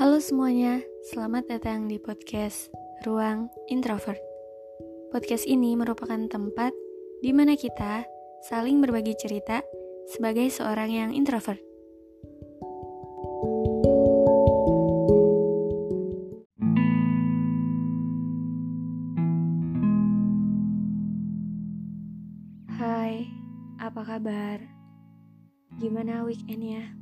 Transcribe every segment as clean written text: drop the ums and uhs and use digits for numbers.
Halo semuanya, selamat datang di podcast Ruang Introvert. Podcast ini merupakan tempat di mana kita saling berbagi cerita sebagai seorang yang introvert. Hai, apa kabar? Gimana weekendnya?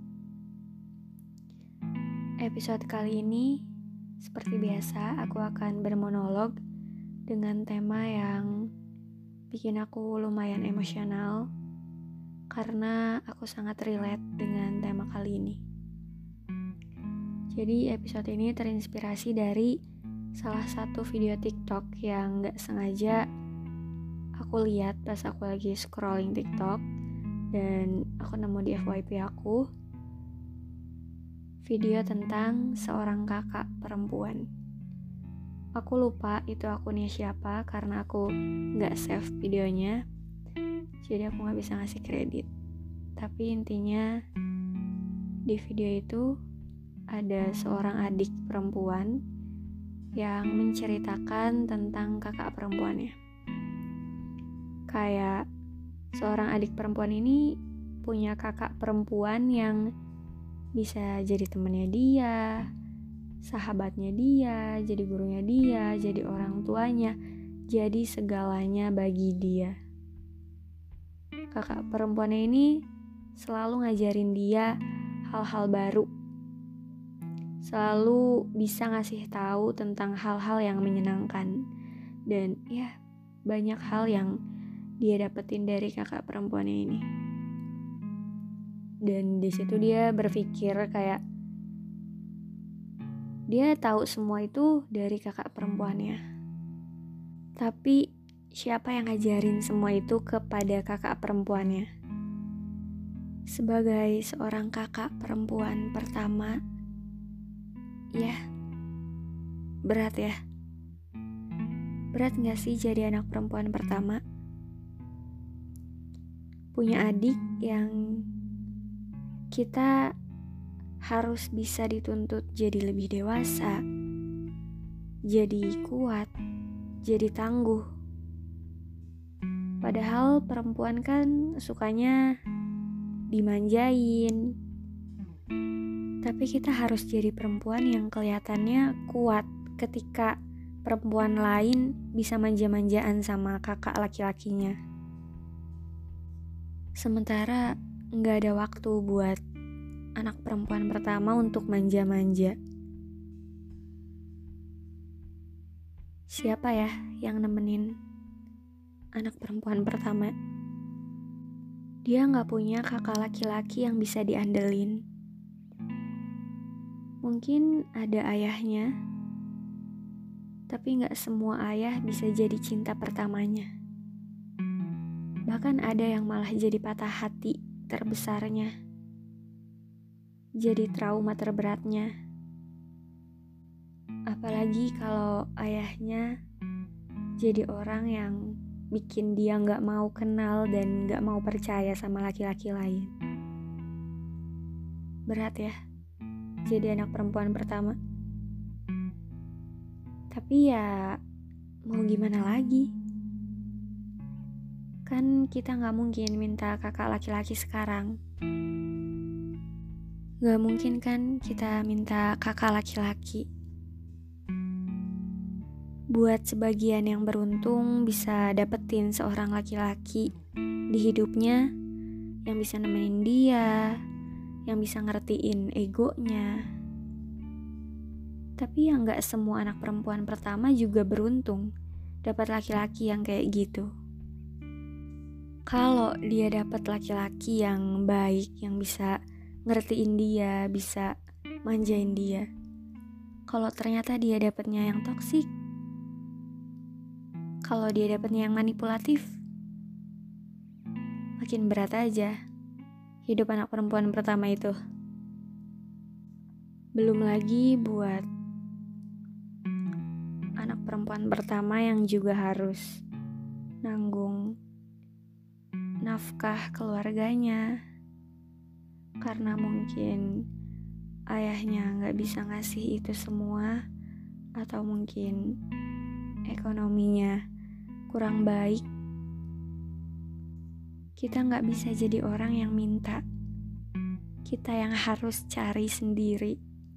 Episode kali ini, seperti biasa, aku akan bermonolog dengan tema yang bikin aku lumayan emosional karena aku sangat relate dengan tema kali ini. Jadi episode ini terinspirasi dari salah satu video TikTok yang gak sengaja aku lihat pas aku lagi scrolling TikTok dan aku nemu di FYP aku video tentang seorang kakak perempuan. Aku lupa itu akunnya siapa karena aku gak save videonya, jadi aku gak bisa ngasih kredit. Tapi intinya di video itu ada seorang adik perempuan yang menceritakan tentang kakak perempuannya. Kayak seorang adik perempuan ini punya kakak perempuan yang bisa jadi temannya dia, sahabatnya dia, jadi gurunya dia, jadi orang tuanya, jadi segalanya bagi dia. Kakak perempuannya ini selalu ngajarin dia hal-hal baru, selalu bisa ngasih tahu tentang hal-hal yang menyenangkan, dan ya banyak hal yang dia dapetin dari kakak perempuannya ini. Dan di situ dia berpikir kayak dia tahu semua itu dari kakak perempuannya. Tapi siapa yang ngajarin semua itu kepada kakak perempuannya? Sebagai seorang kakak perempuan pertama, ya berat ya. Berat gak sih jadi anak perempuan pertama? Punya adik yang kita harus bisa dituntut jadi lebih dewasa, jadi kuat, jadi tangguh. Padahal perempuan kan sukanya dimanjain. Tapi kita harus jadi perempuan yang kelihatannya kuat ketika perempuan lain bisa manja-manjaan sama kakak laki-lakinya. Sementara gak ada waktu buat anak perempuan pertama untuk manja-manja. Siapa ya yang nemenin anak perempuan pertama? Dia gak punya kakak laki-laki yang bisa diandelin. Mungkin ada ayahnya, tapi gak semua ayah bisa jadi cinta pertamanya. Bahkan ada yang malah jadi patah hati terbesarnya, jadi trauma terberatnya. Apalagi kalau ayahnya jadi orang yang bikin dia gak mau kenal dan gak mau percaya sama laki-laki lain. Berat ya jadi anak perempuan pertama. Tapi ya mau gimana lagi? Kan kita gak mungkin minta kakak laki-laki sekarang. Gak mungkin kan kita minta kakak laki-laki. Buat sebagian yang beruntung bisa dapetin seorang laki-laki di hidupnya yang bisa nemenin dia, yang bisa ngertiin egonya. Tapi yang gak semua anak perempuan pertama juga beruntung dapat laki-laki yang kayak gitu. Kalau dia dapat laki-laki yang baik, yang bisa ngertiin dia, bisa manjain dia. Kalau ternyata dia dapatnya yang toksik, kalau dia dapatnya yang manipulatif, makin berat aja hidup anak perempuan pertama itu. Belum lagi buat anak perempuan pertama yang juga harus nanggung nafkah keluarganya, karena mungkin ayahnya gak bisa ngasih itu semua, atau mungkin ekonominya kurang baik, kita gak bisa jadi orang yang minta. Kita yang harus cari sendiri.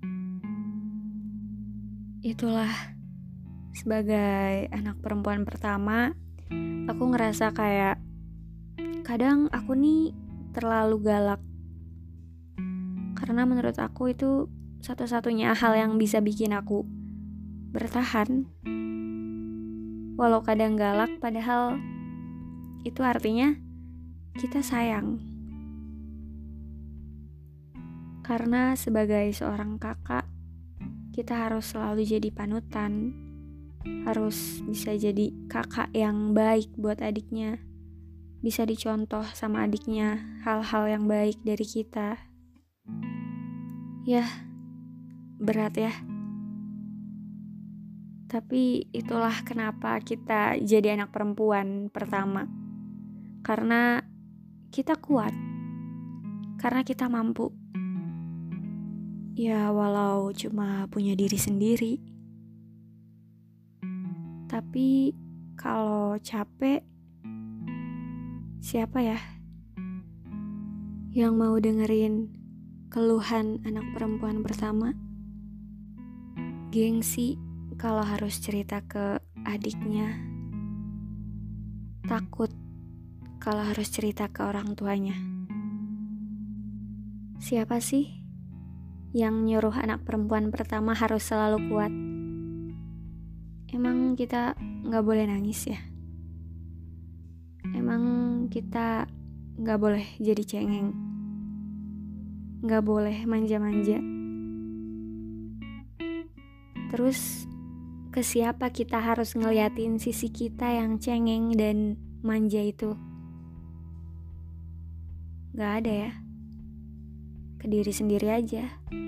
Itulah, sebagai anak perempuan pertama, aku ngerasa kayak kadang aku nih terlalu galak. Karena menurut aku itu satu-satunya hal yang bisa bikin aku bertahan. Walau kadang galak, padahal itu artinya kita sayang. Karena sebagai seorang kakak, kita harus selalu jadi panutan. Harus bisa jadi kakak yang baik buat adiknya. Bisa dicontoh sama adiknya hal-hal yang baik dari kita. Yah, berat ya. Tapi itulah kenapa kita jadi anak perempuan pertama. Karena kita kuat. Karena kita mampu. Ya walau cuma punya diri sendiri. Tapi kalau capek, siapa ya yang mau dengerin keluhan anak perempuan pertama? Gengsi kalau harus cerita ke adiknya. Takut kalau harus cerita ke orang tuanya. Siapa sih yang nyuruh anak perempuan pertama harus selalu kuat? Emang kita gak boleh nangis ya? Emang kita gak boleh jadi cengeng? Gak boleh manja-manja? Terus ke siapa kita harus ngeliatin sisi kita yang cengeng dan manja itu? Gak ada ya? Ke diri sendiri aja.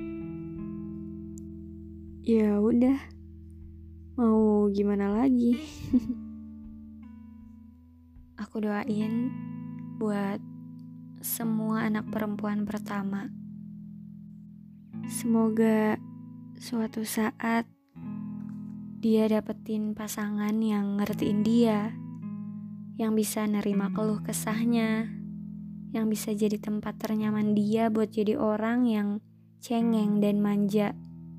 Ya udah, mau gimana lagi? Aku doain buat semua anak perempuan pertama. Semoga suatu saat dia dapetin pasangan yang ngertiin dia, yang bisa nerima keluh kesahnya, yang bisa jadi tempat ternyaman dia buat jadi orang yang cengeng dan manja.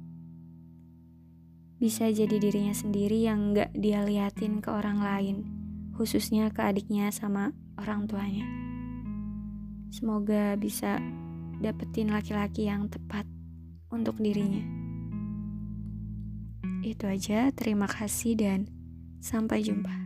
Bisa jadi dirinya sendiri yang gak dia liatin ke orang lain, khususnya ke adiknya sama orang tuanya. Semoga bisa dapetin laki-laki yang tepat untuk dirinya. Itu aja, terima kasih dan sampai jumpa.